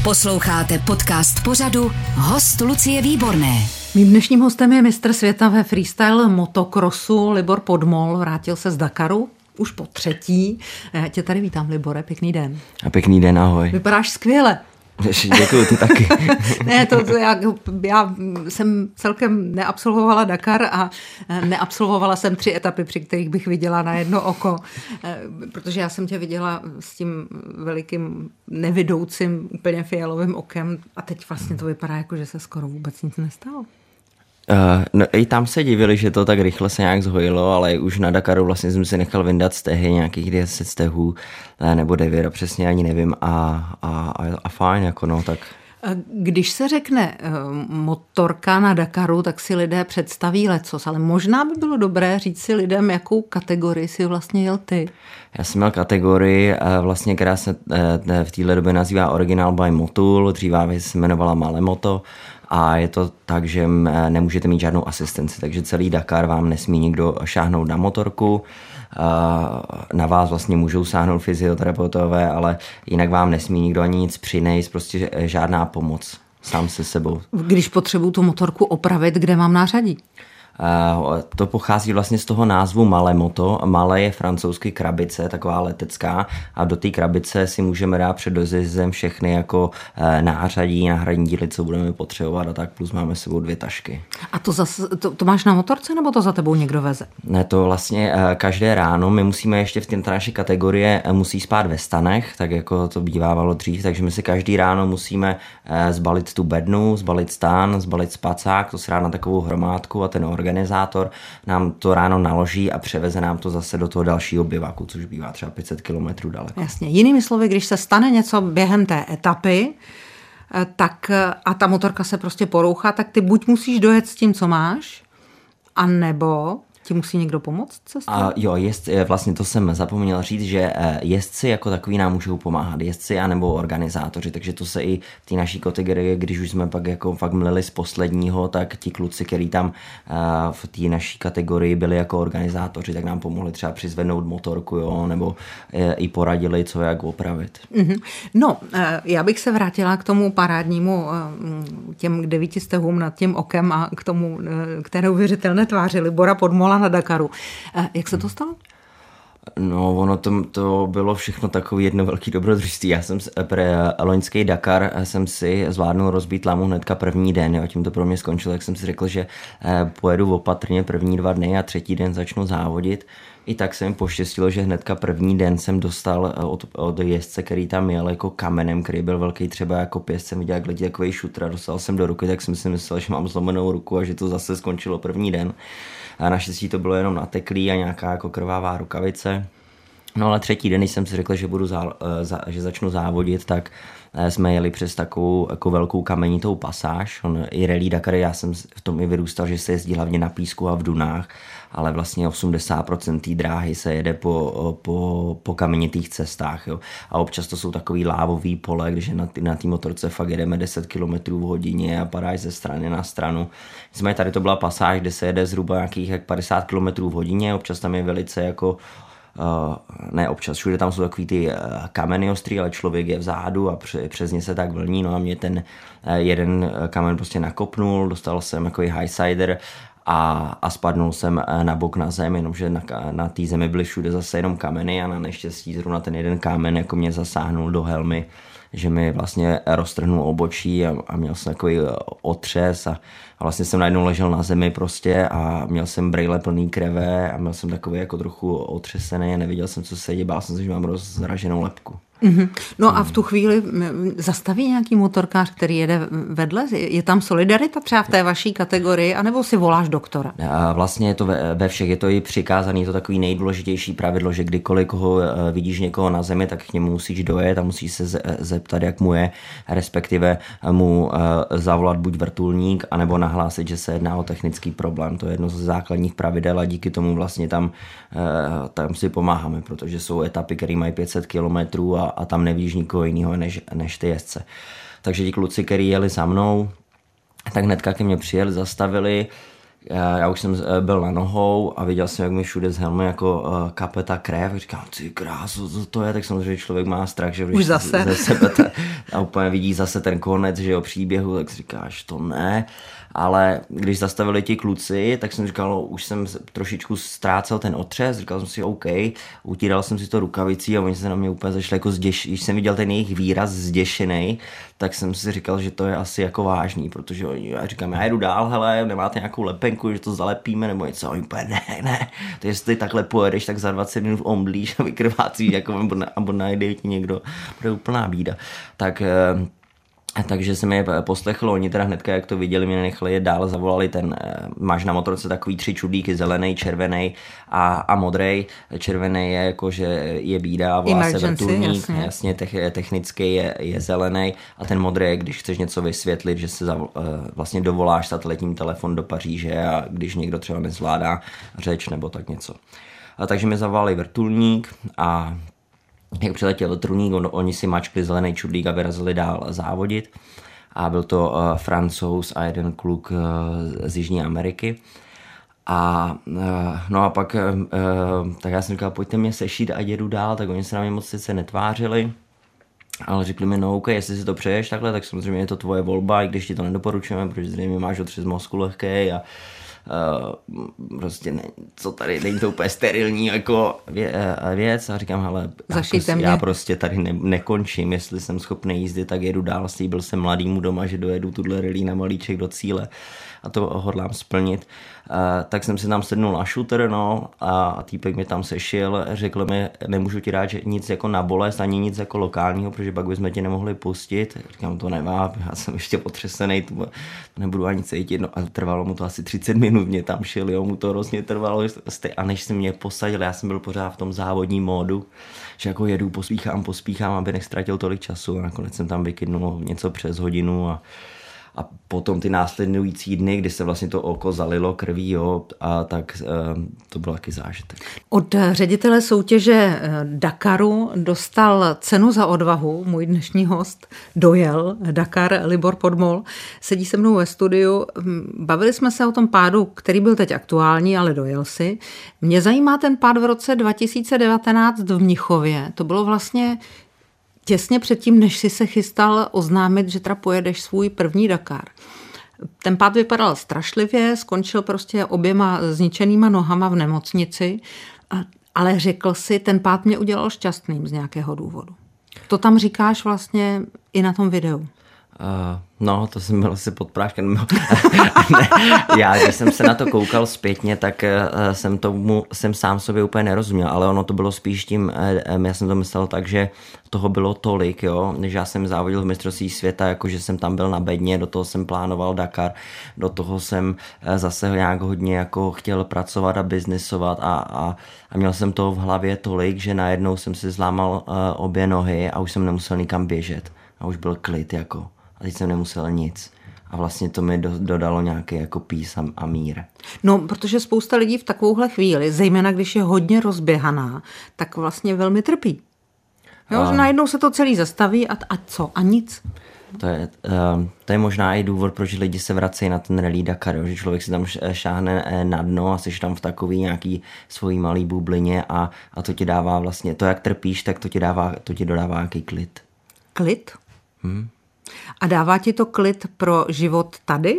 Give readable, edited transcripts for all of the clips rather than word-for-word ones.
Posloucháte podcast pořadu Host Lucie Výborné. Mým dnešním hostem je mistr světa ve freestyle motokrosu Libor Podmol. Vrátil se z Dakaru už po třetí. Já tě tady vítám, Libore, pěkný den. A pěkný den, ahoj. Vypadáš skvěle. Děkuju, ty taky. Ne, já jsem celkem neabsolvovala Dakar a neabsolvovala jsem 3 etapy, při kterých bych viděla na jedno oko, protože já jsem tě viděla s tím velikým nevidoucím, úplně fialovým okem a teď vlastně to vypadá jako, že se skoro vůbec nic nestalo. No i tam se divili, že to tak rychle se nějak zhojilo, ale už na Dakaru vlastně jsem si nechal vyndat stehy, nějakých 10 stehů, nebo 9, přesně ani nevím a fajn, jako no, tak. Když se řekne motorka na Dakaru, tak si lidé představí lecos, ale možná by bylo dobré říct si lidem, jakou kategorii si vlastně jel ty. Já jsem měl kategorii, vlastně, která se v téhle době nazývá Original by Motul, dříve se jmenovala Malemoto. A je to tak, že nemůžete mít žádnou asistenci, takže celý Dakar vám nesmí nikdo šáhnout na motorku. Na vás vlastně můžou sáhnout fyzioterapeutové, ale jinak vám nesmí nikdo ani nic přinést, prostě žádná pomoc sám se sebou. Když potřebuju tu motorku opravit, kde mám nářadí? To pochází vlastně z toho názvu Malemoto. Male je francouzsky krabice, taková letecká, a do té krabice si můžeme dát před dojezdem všechny jako nářadí, náhradní díly, co budeme potřebovat, a tak plus máme s sebou 2 tašky. A to máš na motorce, nebo to za tebou někdo veze? Ne, to vlastně každé ráno, my musíme ještě v této naší kategorie musí spát ve stanech, tak jako to bývávalo dřív, takže my si každý ráno musíme zbalit tu bednu, zbalit stan, zbalit spacák, to se dá na takovou hromádku a ten organizátor nám to ráno naloží a převeze nám to zase do toho dalšího bivaku, což bývá třeba 500 kilometrů daleko. Jasně. Jinými slovy, když se stane něco během té etapy, tak a ta motorka se prostě porouchá, tak ty buď musíš dojet s tím, co máš, anebo ti musí někdo pomoct cestou? Vlastně to jsem zapomněl říct, že jezdci jako takový nám můžou pomáhat, jezdci anebo organizátoři, takže to se i v té naší kategorii, když už jsme pak jako fakt mleli z posledního, tak ti kluci, který tam v té naší kategorii byli jako organizátoři, tak nám pomohli třeba přizvednout motorku, jo, nebo i poradili, co jak opravit. Mm-hmm. No, já bych se vrátila k tomu parádnímu těm 9 stehům nad tím okem a k tomu, k neuvěřitelné tváři Libora Podmola na Dakaru. Jak se to stalo? No, ono to bylo všechno takový jedno velký dobrodružství. Já jsem loňský Dakar jsem si zvládnul rozbít lamu hnedka první den, jo, tím to pro mě skončilo, jak jsem si řekl, že pojedu opatrně první 2 dny a třetí den začnu závodit. I tak se mi poštěstilo, že hnedka první den jsem dostal od jezdce, který tam jel jako kamenem, který byl velký třeba jako pěst, jsem viděl, jak letí takový šutr a dostal jsem do ruky, tak jsem si myslel, že mám zlomenou ruku a že to zase skončilo první den. A naštěstí to bylo jenom nateklý a nějaká jako krvavá rukavice. No ale třetí den, když jsem si řekl, že že začnu závodit, tak jsme jeli přes takovou jako velkou kamenitou pasáž. I Rallye Dakar, já jsem v tom i vyrůstal, že se jezdí hlavně na písku a v dunách, ale vlastně 80% té dráhy se jede po kamenitých cestách. Jo. A občas to jsou takový lávový pole, když na té motorce fakt jedeme 10 km v hodině a padáš ze strany na stranu. Nicméně tady to byla pasáž, kde se jede zhruba nějakých 50 km v hodině, občas tam je velice jako ne občas, všude tam jsou takový ty kameny ostrý, ale člověk je vzadu a přes ně se tak vlní, no a mě ten jeden kamen prostě nakopnul, dostal jsem jako highsider a spadnul jsem na bok na zem, jenomže na té zemi byly všude zase jenom kameny a na neštěstí zrovna ten jeden kámen jako mě zasáhnul do helmy, že mi vlastně roztrhnul obočí a měl jsem takový otřes a vlastně jsem najednou ležel na zemi prostě a měl jsem brejle plný krve a měl jsem takový jako trochu otřesený a neviděl jsem, co se děje, bál jsem se, že mám rozraženou lebku. Mm-hmm. No a v tu chvíli zastaví nějaký motorkář, který jede vedle? Je tam solidarita třeba v té vaší kategorii, anebo si voláš doktora? Vlastně je to ve všech, je to i přikázaný, je to takový nejdůležitější pravidlo, že kdykoliv vidíš někoho na zemi, tak k němu musíš dojet a musíš se zeptat, jak mu je, respektive mu zavolat buď vrtulník, anebo nahlásit, že se jedná o technický problém. To je jedno z základních pravidel a díky tomu vlastně tam si pomáháme, protože jsou etapy, které mají 500 kilometrů a tam nevidíš nikoho jiného než ty jezdce. Takže ti kluci, kteří jeli za mnou, tak hnedka ke mně přijeli, zastavili, Já už jsem byl na nohou a viděl jsem, jak mi všude z helmy jako kape ta krev. Říkám, ty krásu, co to je? Tak samozřejmě člověk má strach, že když ze sebe a úplně vidí zase ten konec, že jo, příběhu, tak si říkáš, to ne. Ale když zastavili ti kluci, tak jsem říkal, už jsem trošičku ztrácel ten otřes, říkal jsem si OK, utíral jsem si to rukavicí a oni se na mě úplně začali jako když jsem viděl ten jejich výraz zděšený, tak jsem si říkal, že to je asi jako vážný, protože já říkám, já jedu dál, hele, nemáte nějakou lepenku, že to zalepíme nebo něco, a oni úplně ne, to jestli takhle pojedeš, tak za 20 minut omdlíš a vykrvácíš, jako, nebo najde ti někdo, bude úplná bída. Takže jsem je poslechl, oni teda hnedka, jak to viděli, mě nechali je dál, zavolali máš na motorce takový 3 čudlíky, zelený, červený a modrej. Červený je jako, že je bída, volá se vrtulník, jasně technicky je zelený a ten modrý je, když chceš něco vysvětlit, že se vlastně dovoláš satelitní telefon do Paříže a když někdo třeba nezvládá řeč nebo tak něco. Takže mi zavolali vrtulník a jak přiletěl vrtulník, oni si mačkli zelený čudlík a vyrazili dál závodit. A byl to Francouz a jeden kluk z Jižní Ameriky. A pak tak já jsem říkal, pojďte mě sešít a jedu dál, tak oni se na mě moc sice netvářili, ale řekli mi, no OK, jestli si to přeješ takhle, tak samozřejmě je to tvoje volba, i když ti to nedoporučujeme, protože zřejmě máš otřes mozku lehký a prostě co tady, není to úplně sterilní jako věc a říkám, hele, já prostě tady nekončím, jestli jsem schopný jízdy, tak jedu dál, slíbil jsem mladýmu doma, že dojedu tuhle rally na malíček do cíle a to hodlám splnit. Tak jsem si tam sednul na šuter, a týpek mi tam sešil, řekl mi, nemůžu ti dát nic jako na bolest, ani nic jako lokálního, protože pak bychom tě nemohli pustit. Říkám, to nemá, já jsem ještě potřesený, to nebudu ani cítit, a trvalo mu to asi 30 minut, mě tam šel, jo, mu to hrozně trvalo, a než si mě posadil, já jsem byl pořád v tom závodním módu, že jako jedu, pospíchám, aby neztratil tolik času a nakonec jsem tam vykydnul něco přes hodinu a potom ty následující dny, kdy se vlastně to oko zalilo krví, jo, a tak to byl taky zážitek. Od ředitele soutěže Dakaru dostal cenu za odvahu, můj dnešní host dojel Dakar, Libor Podmol, sedí se mnou ve studiu. Bavili jsme se o tom pádu, který byl teď aktuální, ale dojel si. Mě zajímá ten pád v roce 2019 v Mnichově. To bylo vlastně těsně předtím, než si se chystal oznámit, že teda pojedeš svůj první Dakar. Ten pád vypadal strašlivě, skončil prostě oběma zničenýma nohama v nemocnici, ale řekl si, ten pád mě udělal šťastným z nějakého důvodu. To tam říkáš vlastně i na tom videu. To jsem byl asi pod práškem. Já, když jsem se na to koukal zpětně, tak jsem sám sobě úplně nerozuměl, ale ono to bylo spíš tím, já jsem to myslel tak, že toho bylo tolik, jo, než já jsem závodil v mistrovství světa, jakože jsem tam byl na bedně, do toho jsem plánoval Dakar, do toho jsem zase nějak hodně jako chtěl pracovat a biznisovat a měl jsem toho v hlavě tolik, že najednou jsem si zlámal obě nohy a už jsem nemusel nikam běžet a už byl klid jako. A teď jsem nemusel nic. A vlastně to mi dodalo nějaký jako peace a mír. No, protože spousta lidí v takovouhle chvíli, zejména když je hodně rozběhaná, tak vlastně velmi trpí. Jo, že najednou se to celý zastaví a co? A nic. To je možná i důvod, proč lidi se vracejí na ten rally Dakar, že člověk si tam šáhne na dno a jsi tam v takový nějaký svojí malý bublině a to ti dává vlastně, to jak trpíš, tak to ti dodává nějaký klid. Klid? A dává ti to klid pro život tady?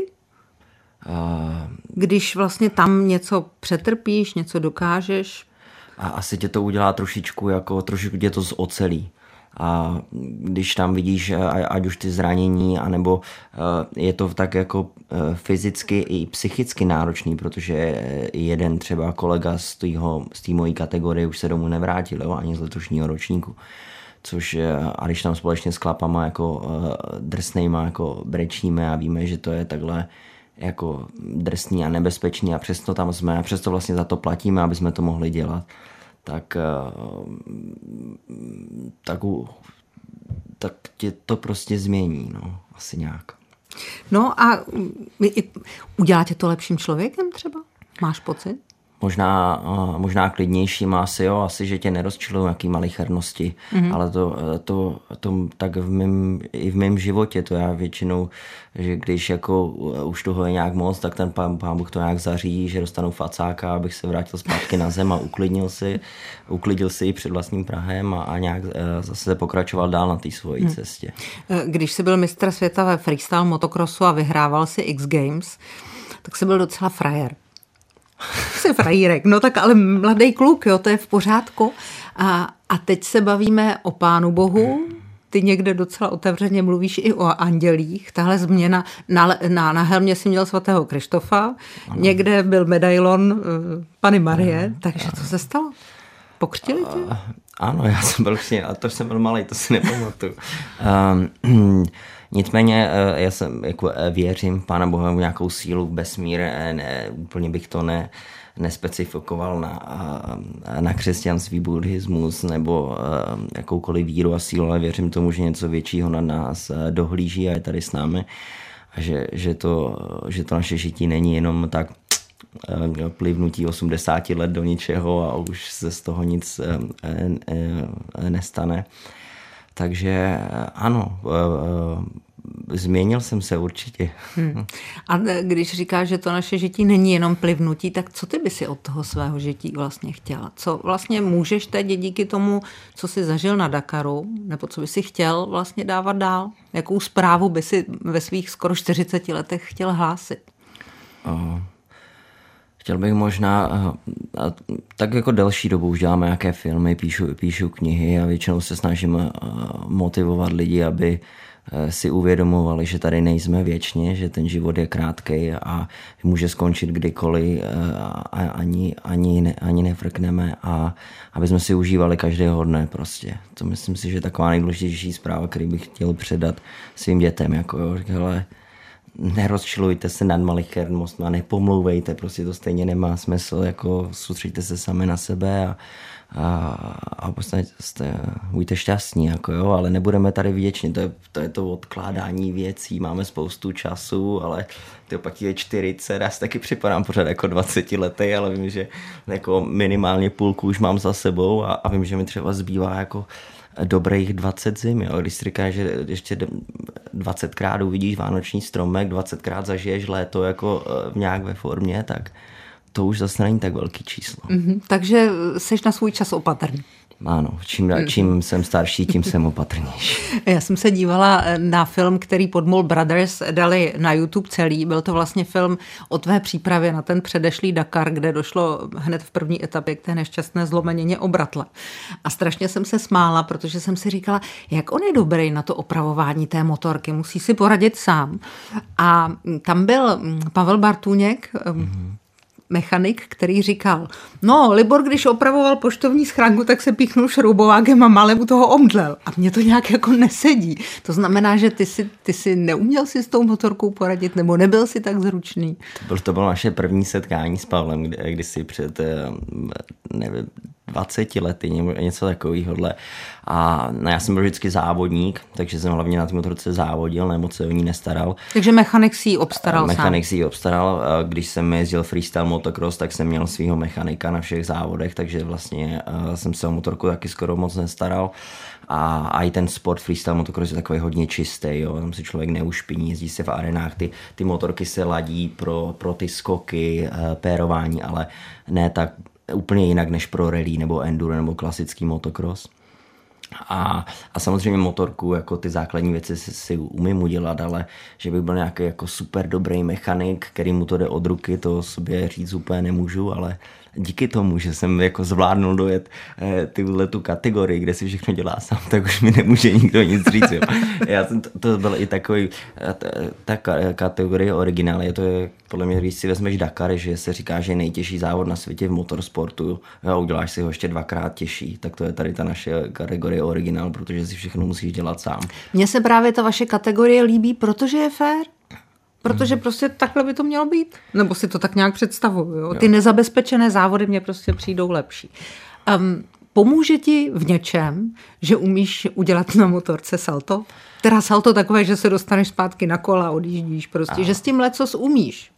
Když vlastně tam něco přetrpíš, něco dokážeš? A asi tě to udělá trošičku tě to zocelí. A když tam vidíš, ať už ty zranění, anebo je to tak jako fyzicky i psychicky náročný, protože jeden třeba kolega z té mojí kategorie už se domů nevrátil, jo, ani z letošního ročníku. A když tam společně s klapama jako drsnejma jako brečíme a víme, že to je takhle jako drsný a nebezpečný a přesto tam jsme a přesto vlastně za to platíme, aby jsme to mohli dělat, tak tě to prostě změní, asi nějak. No a udělá tě to lepším člověkem třeba? Máš pocit? možná klidnější, asi, že tě nerozčilují nějaký malichernosti, ale to tak i v mém životě, to já většinou, že když jako už toho je nějak moc, tak ten pán Bůh to nějak zařídí, že dostanu facáka, abych se vrátil zpátky na zem a uklidil si před vlastním prahem a nějak zase pokračoval dál na té svojí cestě. Když jsi byl mistr světa ve freestyle motocrossu a vyhrával si X Games, tak jsi byl docela frajer. Jsi frajírek, no tak ale mladý kluk, jo, to je v pořádku. A teď se bavíme o Pánu Bohu, ty někde docela otevřeně mluvíš i o andělích, tahle změna, na helmě si měl svatého Krištofa, někde byl medailon Panny Marie, takže co se stalo? Pokřtili tě? Ano, já jsem byl a to jsem byl malej, to si nepamatuju. Nicméně já jsem jako věřím v Pána Boha, v nějakou sílu, v vesmír, úplně bych to nespecifikoval na křesťanství, buddhismus nebo jakoukoliv víru a sílu, ale věřím tomu, že něco většího na nás dohlíží a je tady s námi a že to naše žití není jenom tak plivnutí 80 let do ničeho a už se z toho nic nestane. Takže ano, změnil jsem se určitě. A když říkáš, že to naše žití není jenom plivnutí, tak co ty by si od toho svého žití vlastně chtěla? Co vlastně můžeš teď díky tomu, co jsi zažil na Dakaru, nebo co by si chtěl vlastně dávat dál? Jakou zprávu by si ve svých skoro 40 letech chtěl hlásit? Chtěl bych možná, tak jako delší dobu už děláme nějaké filmy, píšu knihy a většinou se snažím motivovat lidi, aby si uvědomovali, že tady nejsme věčně, že ten život je krátkej a může skončit kdykoliv a ani nefrkneme a aby jsme si užívali každého dne prostě. To myslím si, že je taková nejdůležitější zpráva, který bych chtěl předat svým dětem, jako jo, ale nerozčilujte se nad malichernostmi a nepomlouvejte, prostě to stejně nemá smysl, jako soustřeďte se sami na sebe a prostě buďte šťastní, jako jo, ale nebudeme tady věčně, to je to odkládání věcí, máme spoustu času, ale to pak je 40, já si taky připadám pořád jako 20 letý, ale vím, že jako minimálně půlku už mám za sebou a vím, že mi třeba zbývá jako dobrých 20 zim, jo. Když si říkáš, že ještě 20krát uvidíš vánoční stromek, 20krát zažiješ léto jako nějak ve formě, tak to už zase není tak velký číslo. Takže seš na svůj čas opatrný. Ano, čím jsem starší, tím jsem opatrnější. Já jsem se dívala na film, který Podmol Brothers dali na YouTube celý. Byl to vlastně film o tvé přípravě na ten předešlý Dakar, kde došlo hned v první etapě k té nešťastné zlomenině obratle. A strašně jsem se smála, protože jsem si říkala, jak on je dobrý na to opravování té motorky, musí si poradit sám. A tam byl Pavel Bartůněk, mechanik, který říkal, no, Libor, když opravoval poštovní schránku, tak se píchnul šroubovákem a malem u toho omdlel. A mně to nějak jako nesedí. To znamená, že ty si neuměl si s tou motorkou poradit, nebo nebyl si tak zručný? To bylo naše první setkání s Pavlem, kdysi před 20 lety, něco takového. A já jsem byl vždycky závodník, takže jsem hlavně na té motorce závodil, nemoc se o ní nestaral. Takže mechanik si ji obstaral Mechanik si ji obstaral. Když jsem jezdil freestyle motocross, tak jsem měl svého mechanika na všech závodech, takže vlastně jsem se o motorku taky skoro moc nestaral. A i ten sport freestyle motocross je takový hodně čistý, jo? Tam se člověk neušpiní, jezdí se v arenách, ty motorky se ladí pro ty skoky, pérování, ale ne tak úplně jinak než pro rally nebo enduro nebo klasický motocross. A samozřejmě motorku, jako ty základní věci si umím udělat, ale že bych byl nějaký jako super dobrý mechanik, který mu to jde od ruky, to sobě říct úplně nemůžu, ale díky tomu, že jsem jako zvládnul dojet tu kategorii, kde si všechno dělá sám, tak už mi nemůže nikdo nic říct. Jo. Já jsem to byl i takový, ta kategorie originál, je to podle mě, když si vezmeš Dakar, že se říká, že je nejtěžší závod na světě v motorsportu, jo, uděláš si ho ještě 2krát těžší, tak to je tady ta naše kategorie originál, protože si všechno musíš dělat sám. Mně se právě ta vaše kategorie líbí, protože je fér. Protože prostě takhle by to mělo být. Nebo si to tak nějak představuju. Jo? Ty nezabezpečené závody mě prostě přijdou lepší. Pomůže ti v něčem, že umíš udělat na motorce salto? Teda salto takové, že se dostaneš zpátky na kola, odjíždíš prostě, že s tím lecos umíš.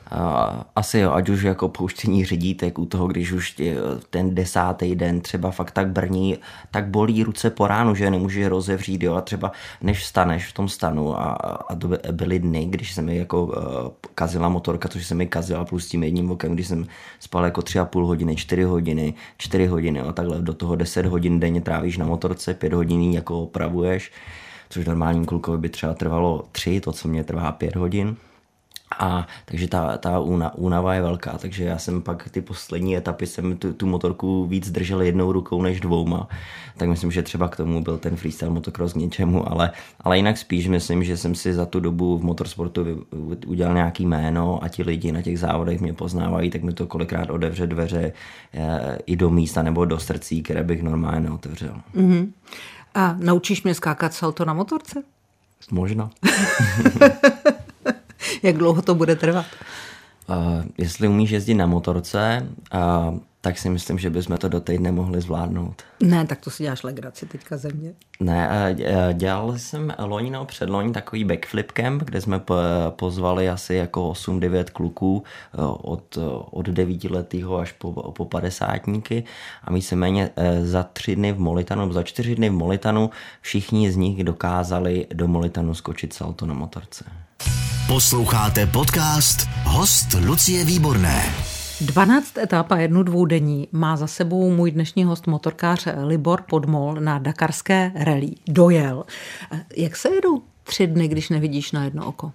Asi jo, ať už jako pouštění řidítek u toho, když už ten 10. den třeba fakt tak brní, tak bolí ruce po ránu, že nemůžeš rozevřít, jo, a třeba než vstaneš v tom stanu a to byly dny, když se mi jako kazila motorka, což se mi kazila plus tím jedním okem, když jsem spal jako 3,5 hodiny, 4 hodiny, jo, takhle do toho 10 hodin denně trávíš na motorce, 5 hodin jako opravuješ, což normálním klukovi by třeba trvalo 3, to, co mě trvá 5 hodin. A takže ta únava je velká, takže já jsem pak ty poslední etapy jsem tu motorku víc držel jednou rukou než dvouma, tak myslím, že třeba k tomu byl ten freestyle motocross k něčemu, ale jinak spíš myslím, že jsem si za tu dobu v motorsportu udělal nějaký jméno a ti lidi na těch závodech mě poznávají, tak mi to kolikrát otevře dveře i do místa nebo do srdcí, které bych normálně neotevřel. Mm-hmm. A naučíš mě skákat salto na motorce? Možná. Jak dlouho to bude trvat? Jestli umíš jezdit na motorce, tak si myslím, že bychom to do týdne mohli zvládnout. Ne, tak to si děláš legraci teďka ze mě. Ne, dělal jsem loni nebo předloni takový backflip camp, kde jsme pozvali asi jako 8-9 kluků od 9letýho až po 50tníky a víceméně za 3 dny v Molitanu, nebo za 4 dny v Molitanu všichni z nich dokázali do Molitanu skočit salto na motorce. Posloucháte podcast Host Lucie Výborné. 12 etap a 1 dvoudenní má za sebou můj dnešní host motorkář Libor Podmol na dakarské rally. Dojel. Jak se jedou 3 dny, když nevidíš na jedno oko?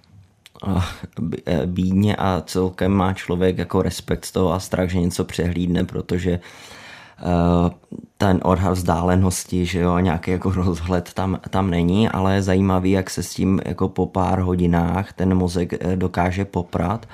Bídně a celkem má člověk jako respekt z toho a strach, že něco přehlídne, protože ten odhad vzdálenosti, že jo, nějaký jako rozhled tam není, ale je zajímavý, jak se s tím jako po pár hodinách ten mozek dokáže poprat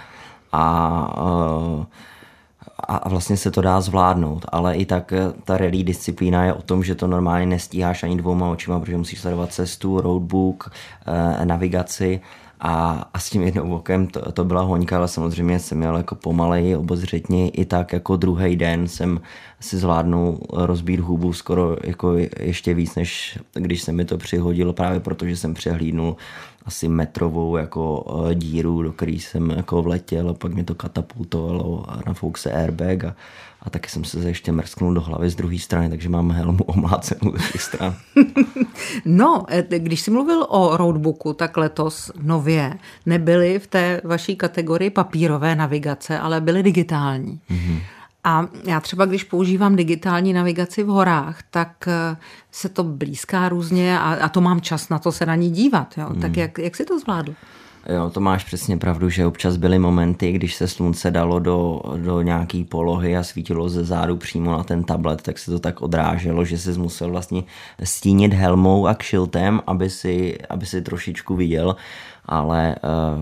a vlastně se to dá zvládnout, ale i tak ta rally disciplína je o tom, že to normálně nestíháš ani 2 očima, protože musíš sledovat cestu, roadbook, navigaci a s tím jednou okem to byla hoňka, ale samozřejmě jsem měl jako pomaleji, obozřetně, i tak jako druhý den jsem si zvládnul rozbít hubu skoro jako ještě víc, než když se mi to přihodilo, právě protože jsem přehlídnul asi metrovou jako díru, do které jsem jako vletěl a pak mě to katapultovalo a nafouk se airbag a taky jsem se ještě mrsknul do hlavy z druhé strany, takže mám helmu omlácenou ze všech stran. No, když jsi mluvil o roadbooku, tak letos nově nebyly v té vaší kategorii papírové navigace, ale byly digitální. Mm-hmm. A já třeba, když používám digitální navigaci v horách, tak se to blízká různě a to mám čas na to se na ní dívat. Jo? Tak jak jsi to zvládl? Jo, to máš přesně pravdu, že občas byly momenty, když se slunce dalo do nějaký polohy a svítilo ze zádu přímo na ten tablet, tak se to tak odráželo, že jsi musel vlastně stínit helmou a kšiltem, aby si trošičku viděl, ale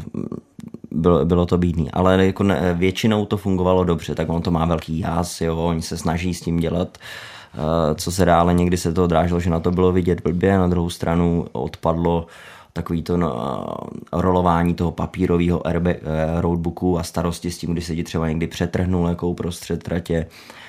bylo to bídný. Ale jako většinou to fungovalo dobře, tak on to má velký jas, jo, oni se snaží s tím dělat, co se dá, ale někdy se to odráželo, že na to bylo vidět blbě, na druhou stranu odpadlo takový to rolování toho papírového roadbooku a starosti s tím, když se ti třeba někdy přetrhnul jako uprostřed tratě.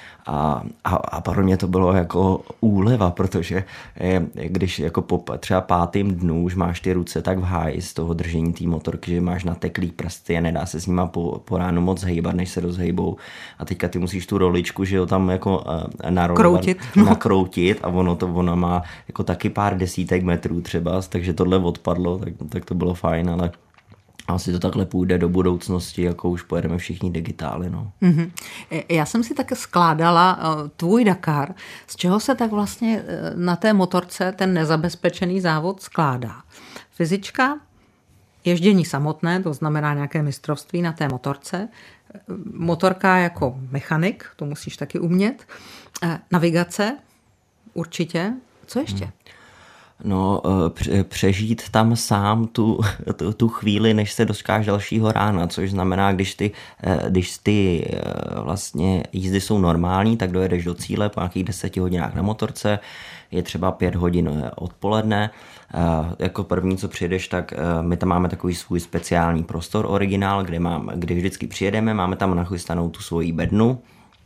A pro mě to bylo jako úleva, protože když jako po třeba 5. dnu už máš ty ruce tak v háji z toho držení té motorky, že máš nateklý prsty a nedá se s nima po ránu moc hejbat, než se rozhejbou. A teďka ty musíš tu roličku, že jo, tam jako nakroutit a ona má jako taky pár desítek metrů třeba, takže tohle odpadlo, tak to bylo fajn, ale asi to takhle půjde do budoucnosti, jako už pojedeme všichni digitály. No. Mm-hmm. Já jsem si také skládala tvůj Dakar, z čeho se tak vlastně na té motorce ten nezabezpečený závod skládá. Fyzička, ježdění samotné, to znamená nějaké mistrovství na té motorce, motorka jako mechanik, to musíš taky umět, navigace určitě, co ještě? No, přežít tam sám tu chvíli, než se dočkáš dalšího rána, což znamená, když ty vlastně jízdy jsou normální, tak dojedeš do cíle po nějakých 10 hodinách na motorce, je třeba 5 hodin odpoledne, jako první, co přijedeš, tak my tam máme takový svůj speciální prostor originál, kde vždycky přijedeme, máme tam nachystanou tu svoji bednu,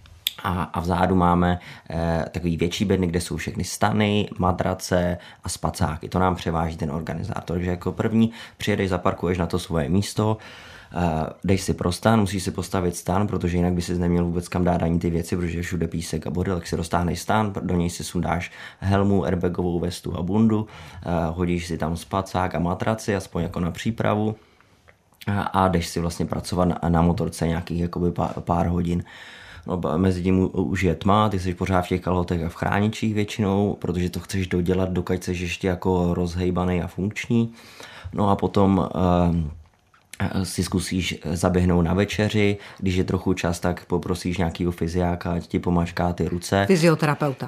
A vzadu máme takový větší bedny, kde jsou všechny stany, matrace a spacáky. To nám převáží ten organizátor. Takže jako první přijedeš, zaparkuješ na to svoje místo, jdeš si pro stan, musíš si postavit stan, protože jinak by si neměl vůbec kam dát ani ty věci, protože je všude písek a bodil, tak si roztáhneš stan, do něj si sundáš helmu, airbagovou vestu a bundu, hodíš si tam spacák a matraci, aspoň jako na přípravu a jdeš si vlastně pracovat na motorce nějakých jakoby pár hodin. No, mezi tím už je tma, ty jsi pořád v těch kalhotech a v chráničích většinou, protože to chceš dodělat, dokud jsi ještě jako rozhejbaný a funkční. No a potom si zkusíš zaběhnout na večeři, když je trochu čas, tak poprosíš nějakýho fyziáka, ať ti pomačká ty ruce. Fyzioterapeuta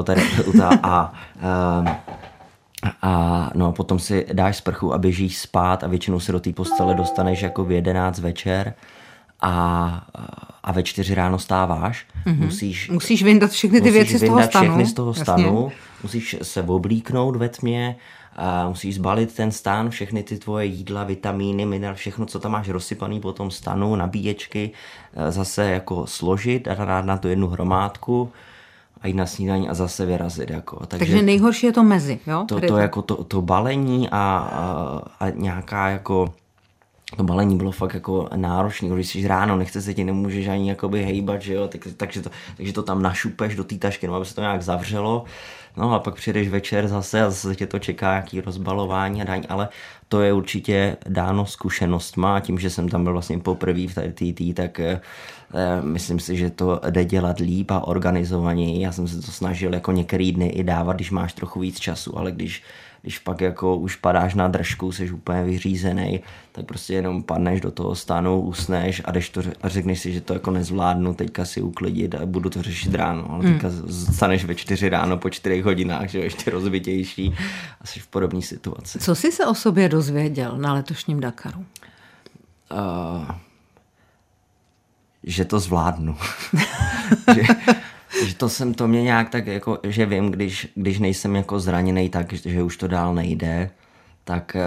a no, potom si dáš sprchu a běžíš spát a většinou se do té postele dostaneš jako v 11 večer a ve 4 ráno stáváš. Musíš vyndat všechny ty věci z toho stanu. Musíš se oblíknout ve tmě, musíš zbalit ten stan, všechny ty tvoje jídla, vitamíny, minerály, všechno, co tam máš rozsypaný po tom stanu, nabíječky, zase jako složit a dát na to jednu hromádku a jít na snídaní a zase vyrazit. Jako. Takže nejhorší je to mezi, jo? To balení a nějaká jako... To balení bylo fakt jako náročný, když jsi ráno, nechce se ti, nemůžeš ani jakoby hejbat, že jo, takže to tam našupeš do té tašky, no, aby se to nějak zavřelo, no a pak přijedeš večer zase a zase tě to čeká nějaký rozbalování a dání, ale to je určitě dáno zkušenostma a tím, že jsem tam byl vlastně poprvé v TT, tak myslím si, že to jde dělat líp a organizovaněji. Já jsem se to snažil jako některý dny i dávat, když máš trochu víc času, ale když pak jako už padáš na držku, jsi úplně vyřízený, tak prostě jenom padneš do toho stanu, usneš a jdeš to a řekneš si, že to jako nezvládnu, teďka si uklidit a budu to řešit ráno. Ale teďka staneš ve 4 ráno po 4 hodinách, že ještě rozbitější a jsi v podobné situaci. Co jsi se o sobě dozvěděl na letošním Dakaru? Že to zvládnu. že to mě nějak tak jako, že vím, když nejsem jako zraněný tak, že už to dál nejde, tak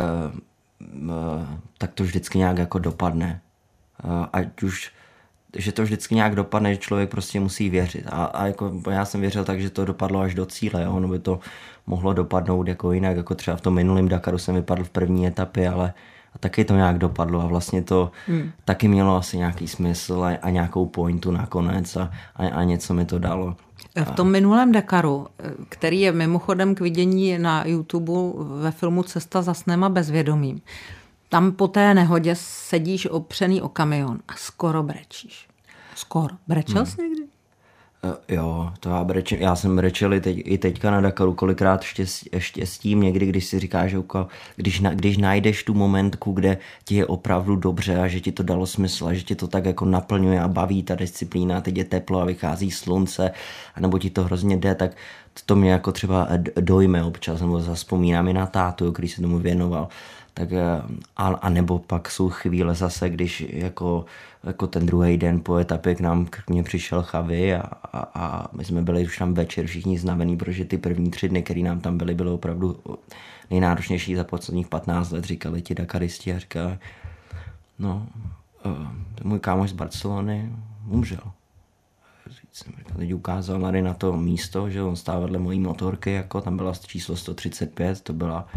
to vždycky nějak jako dopadne. Ať už, že to vždycky nějak dopadne, že člověk prostě musí věřit. A jako já jsem věřil tak, že to dopadlo až do cíle, jo? Ono by to mohlo dopadnout jako jinak, jako třeba v tom minulém Dakaru jsem vypadl v první etapě, ale a taky to nějak dopadlo a vlastně to taky mělo asi nějaký smysl a nějakou pointu nakonec a něco mi to dalo. V tom minulém Dakaru, který je mimochodem k vidění na YouTube ve filmu Cesta za snem a bezvědomím, tam po té nehodě sedíš opřený o kamion a skoro brečíš. Skoro. Brečel jsi někdy? Jo, to já jsem brečel i teďka na Dakaru kolikrát štěstím, někdy, když si říkáš, že když najdeš tu momentku, kde ti je opravdu dobře a že ti to dalo smysl a že ti to tak jako naplňuje a baví ta disciplína, teď je teplo a vychází slunce, anebo ti to hrozně jde, tak to mě jako třeba dojme občas, nebo zazpomínám i na tátu, který se tomu věnoval. Tak, a nebo pak jsou chvíle zase, když jako ten druhý den po etapě k mně přišel Chavi a my jsme byli už tam večer všichni znavený, protože ty první 3 dny, které nám tam byly opravdu nejnáročnější za posledních 15 let, říkali ti Dakaristi a říkali, no, můj kámoš z Barcelony umřel. Teď ukázal tady na to místo, že on stál vedle mojí motorky, jako tam byla číslo 135, to byla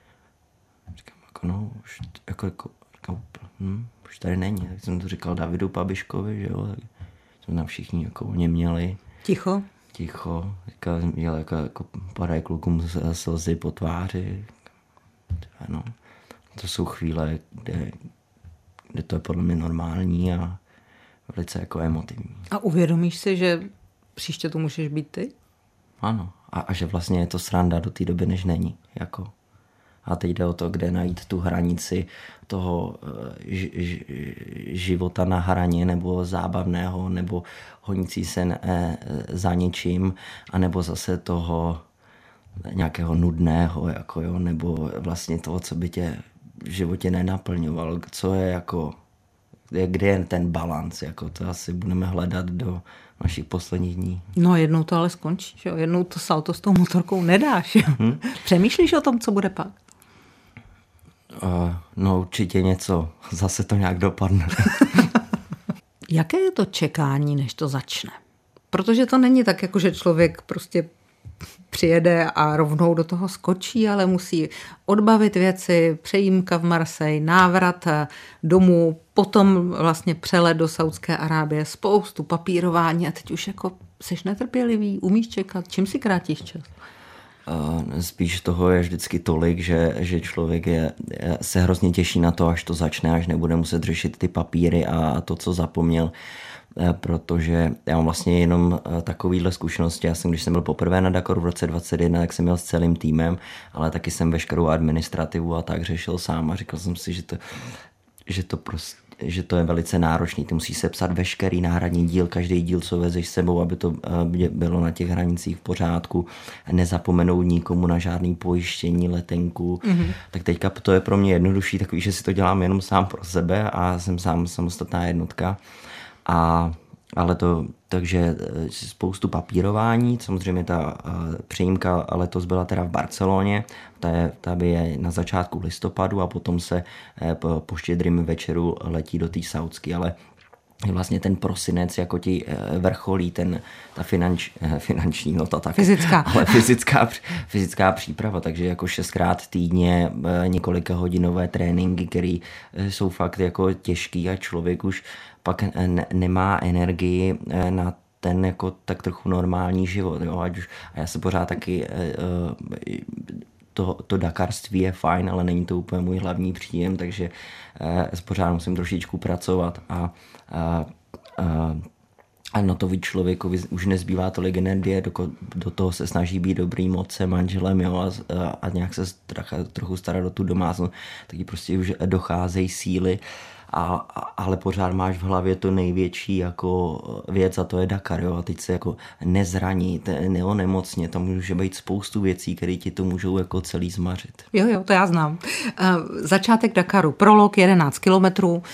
no, už tady není. Tak jsem to říkal Davidu Pabiškovi, že jo, tak jsme tam všichni jako o ně měli. Ticho. Říkal, měl jako padají klukům slzy po tváři. No, to jsou chvíle, kde to je podle mě normální a velice jako emotivní. A uvědomíš si, že příště tu můžeš být ty? Ano. A že vlastně je to sranda do té doby, než není. Jako. A teď jde o to, kde najít tu hranici toho života na hraně, nebo zábavného, nebo honící se za něčím, anebo zase toho nějakého nudného, jako jo, nebo vlastně toho, co by tě v životě nenaplňoval, co je jako, kde je ten balanc, jako to asi budeme hledat do našich posledních dní. No jednou to ale skončí, jo? Jednou to salto s tou motorkou nedáš. Jo? Přemýšlíš o tom, co bude pak? No určitě něco. Zase to nějak dopadne. Jaké je to čekání, než to začne? Protože to není tak, jako že člověk prostě přijede a rovnou do toho skočí, ale musí odbavit věci, přejímka v Marseille, návrat domů, potom vlastně přelet do Saúdské Arábie, spoustu papírování a teď už jako seš netrpělivý, umíš čekat, čím si krátíš čas? Spíš toho je vždycky tolik, že člověk se hrozně těší na to, až to začne, až nebude muset řešit ty papíry a to, co zapomněl, protože já mám vlastně jenom takovýhle zkušenosti. Já jsem, když jsem byl poprvé na Dakaru v roce 2021, tak jsem měl s celým týmem, ale taky jsem veškerou administrativu a tak řešil sám a říkal jsem si, že to je velice náročný. Ty musíš sepsat veškerý náhradní díl, každý díl, co vezeš s sebou, aby to bylo na těch hranicích v pořádku, nezapomenout nikomu na žádný pojištění, letenku. Mm-hmm. Tak teďka to je pro mě jednodušší, takový, že si to dělám jenom sám pro sebe a jsem sám samostatná jednotka. Takže spoustu papírování, samozřejmě ta přijímka letos byla teda v Barceloně, ta je na začátku listopadu a potom se po Štědrým večeru letí do té Saúdské, ale vlastně ten prosinec jako ti vrcholí ta finanční nota taky. Fyzická. Ale fyzická příprava, takže jako 6krát týdně několika hodinové tréninky, které jsou fakt jako těžký a člověk už pak nemá energii na ten jako tak trochu normální život. Jo? A já se pořád taky to dakarství je fajn, ale není to úplně můj hlavní příjem, takže pořád musím trošičku pracovat a na to člověkovi už nezbývá tolik energie, do toho se snaží být dobrým otcem, manželem, jo, a nějak se trochu starat o tu domácnost, taky prostě už docházejí síly, ale pořád máš v hlavě to největší jako věc a to je Dakar, jo, a teď se jako nezraní, neonemocně, tam může být spoustu věcí, které ti to můžou jako celý zmařit. Jo, to já znám. Začátek Dakaru, prolog 11 kilometrů,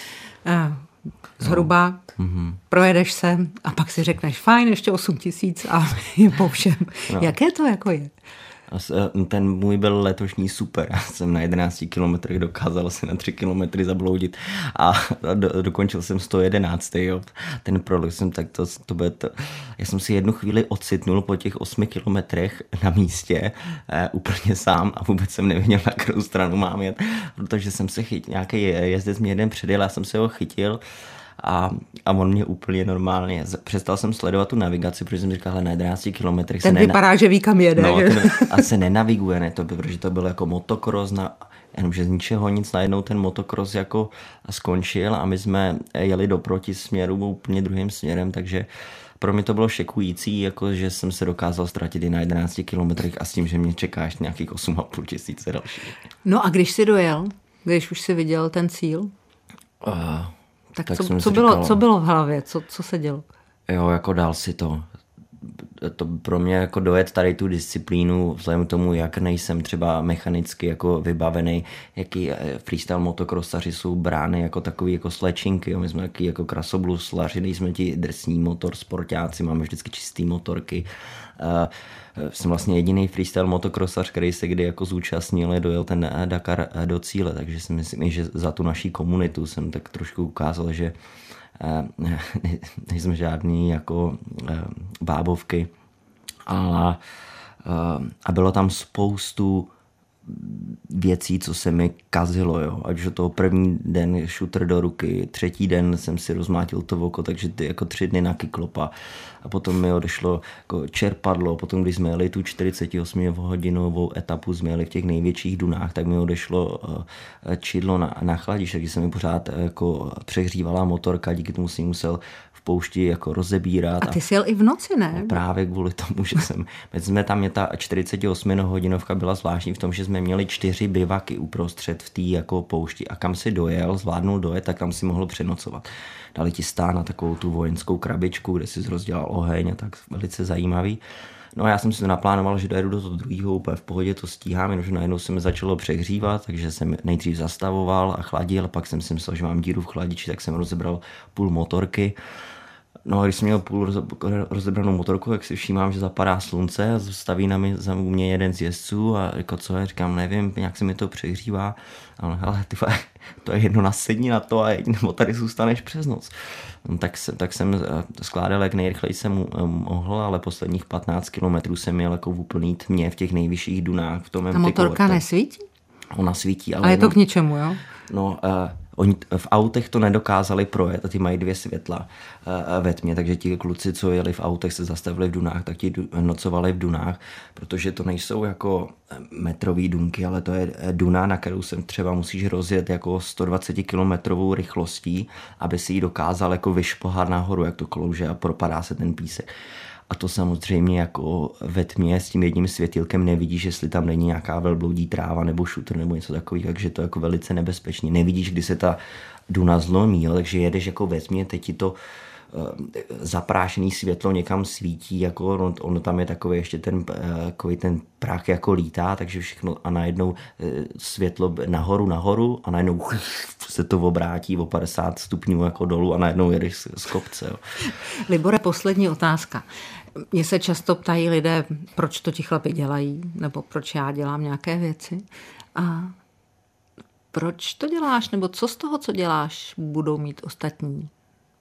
zhruba, projedeš se a pak si řekneš, fajn, ještě 8 000 a je po všem. No. Jaké to jako je? Ten můj byl letošní super. Já jsem na 11 kilometrech dokázal se na 3 kilometry zabloudit a dokončil jsem 111. Jo. Ten prolog jsem tak to bude to. Já jsem si jednu chvíli ocitnul po těch 8 kilometrech na místě úplně sám a vůbec jsem nevěděl, na kterou stranu mám jet, protože jsem se chytil, nějaký jezdec mě jeden předjel, já jsem se ho chytil a on mě úplně normálně, přestal jsem sledovat tu navigaci, protože jsem říkal, na 11 kilometrech ten vypadá, že ví, kam jede. No, a se nenaviguje, ne, protože to bylo jako motocross, jenomže z ničeho nic najednou ten motocross jako skončil a my jsme jeli do protisměru úplně druhým směrem, takže pro mě to bylo šekující, jako že jsem se dokázal ztratit i na 11 kilometrech a s tím, že mě čeká ještě nějakých 8 500 další. No a když jsi dojel, když už jsi viděl ten cíl? Tak co bylo v hlavě? Co se dělo? Jo, jako dal si to. To pro mě jako dojet tady tu disciplínu, vzhledem k tomu, jak nejsem třeba mechanicky jako vybavený, jaký freestyle motocrossaři jsou brány jako takový jako slečinky, jo. My jsme taky jako krasobluslaři, nejsme ti drsní motor sportáci, máme vždycky čistý motorky. Jsem vlastně jediný freestyle motocrossař, který se kdy jako zúčastnil a dojel ten Dakar do cíle, takže si myslím, že za tu naší komunitu jsem tak trošku ukázal, že nejsme žádný jako bábovky, ale a bylo tam spoustu věcí, co se mi kazilo, jo. Ať už toho první den šutr do ruky, třetí den jsem si rozmátil to oko, takže jako 3 dny na kyklopa. A potom mi odešlo jako čerpadlo, potom když jsme jeli tu 48hodinovou etapu, jsme jeli v těch největších dunách, tak mi odešlo čidlo na chladič, takže se mi pořád jako přehřívala motorka, díky tomu si musel v poušti jako rozebírat. A ty jsi jel i v noci, ne? Právě kvůli tomu, že ta 48hodinovka byla zvláštní v tom, že jsme měli 4 bivaky uprostřed v té jako poušti a kam si dojel, zvládnul dojet, tak tam si mohl přenocovat. Dali ti stát na takovou tu vojenskou krabičku, kde si rozdělal oheň a tak velice zajímavý. No a já jsem si to naplánoval, že dojedu do toho druhého, úplně v pohodě to stíhám, jenomže najednou se mi začalo přehřívat, takže jsem nejdřív zastavoval a chladil, pak jsem si myslel, že mám díru v chladiči, tak jsem rozebral půl motorky. No, když jsem měl půl rozebranou motorku, tak si všímám, že zapadá slunce a staví u mě jeden z jezdců a jako co je, říkám, nevím, nějak se mi to přehřívá, ale hele, to je jedno nasedni na to a nebo tady zůstaneš přes noc. No, tak jsem skládal, jak nejrychleji jsem mohl, ale posledních 15 kilometrů jsem měl jako v úplný tmě v těch nejvyšších dunách. V tom ta motorka nesvítí? Ona svítí, ale... A je to k ničemu, jo? No, oni v autech to nedokázali projet a ty mají 2 světla ve tmě, takže ti kluci, co jeli v autech, se zastavili v dunách, tak ti nocovali v dunách, protože to nejsou jako metrový dunky, ale to je duna, na kterou se třeba musíš rozjet jako 120 kilometrovou rychlostí, aby si ji dokázal jako vyšplhat nahoru, jak to klouže a propadá se ten písek. A to samozřejmě jako ve tmě s tím jedním světýlkem nevidíš, jestli tam není nějaká velbloudí tráva nebo šutr nebo něco takového, takže to je jako velice nebezpečné. Nevidíš, kdy se ta duna zlomí, jo? Takže jedeš jako ve tmě, teď ti to zaprášený světlo někam svítí, jako ono tam je takový ještě ten prach jako lítá, takže všechno a najednou světlo nahoru a najednou se to obrátí o 50 stupňů jako dolů a najednou jedeš z kopce. Jo. Libore, poslední otázka. Mně se často ptají lidé, proč to ti chlapi dělají, nebo proč já dělám nějaké věci. A proč to děláš, nebo co z toho, co děláš, budou mít ostatní?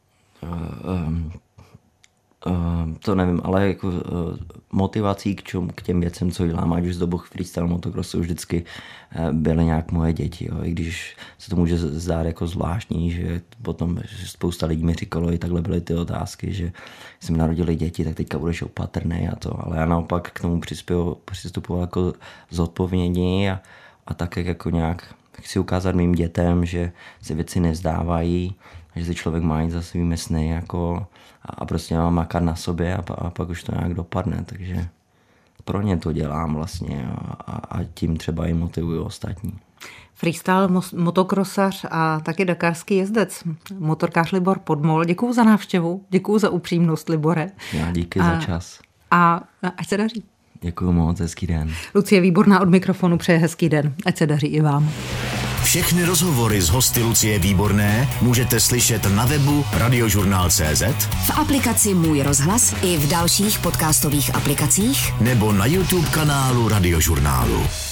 To nevím, ale jako motivací k těm věcem, co dělám, ať už z dobu freestyle motocrossu vždycky byly nějak moje děti. Jo. I když se to může zdát jako zvláštní, že potom spousta lidí mi říkalo, i takhle byly ty otázky, že jsem narodili děti, tak teďka budeš opatrnej a to. Ale já naopak k tomu přistupoval jako zodpovědně a tak jako nějak chci ukázat mým dětem, že se věci nevzdávají, že si člověk má jít za svými sny jako, a prostě má makat na sobě a pak už to nějak dopadne, takže pro ně to dělám vlastně a tím třeba i motivuju ostatní. Freestyle motokrosař a taky dakarský jezdec, motorkář Libor Podmol. Děkuju za návštěvu, děkuju za upřímnost, Libore. Já díky za čas. A ať se daří. Děkuju moc, hezký den. Lucie Výborná od mikrofonu přeje hezký den, ať se daří i vám. Všechny rozhovory s hosty Lucie Výborné můžete slyšet na webu Radiožurnál.cz, v aplikaci Můj rozhlas i v dalších podcastových aplikacích nebo na YouTube kanálu Radiožurnálu.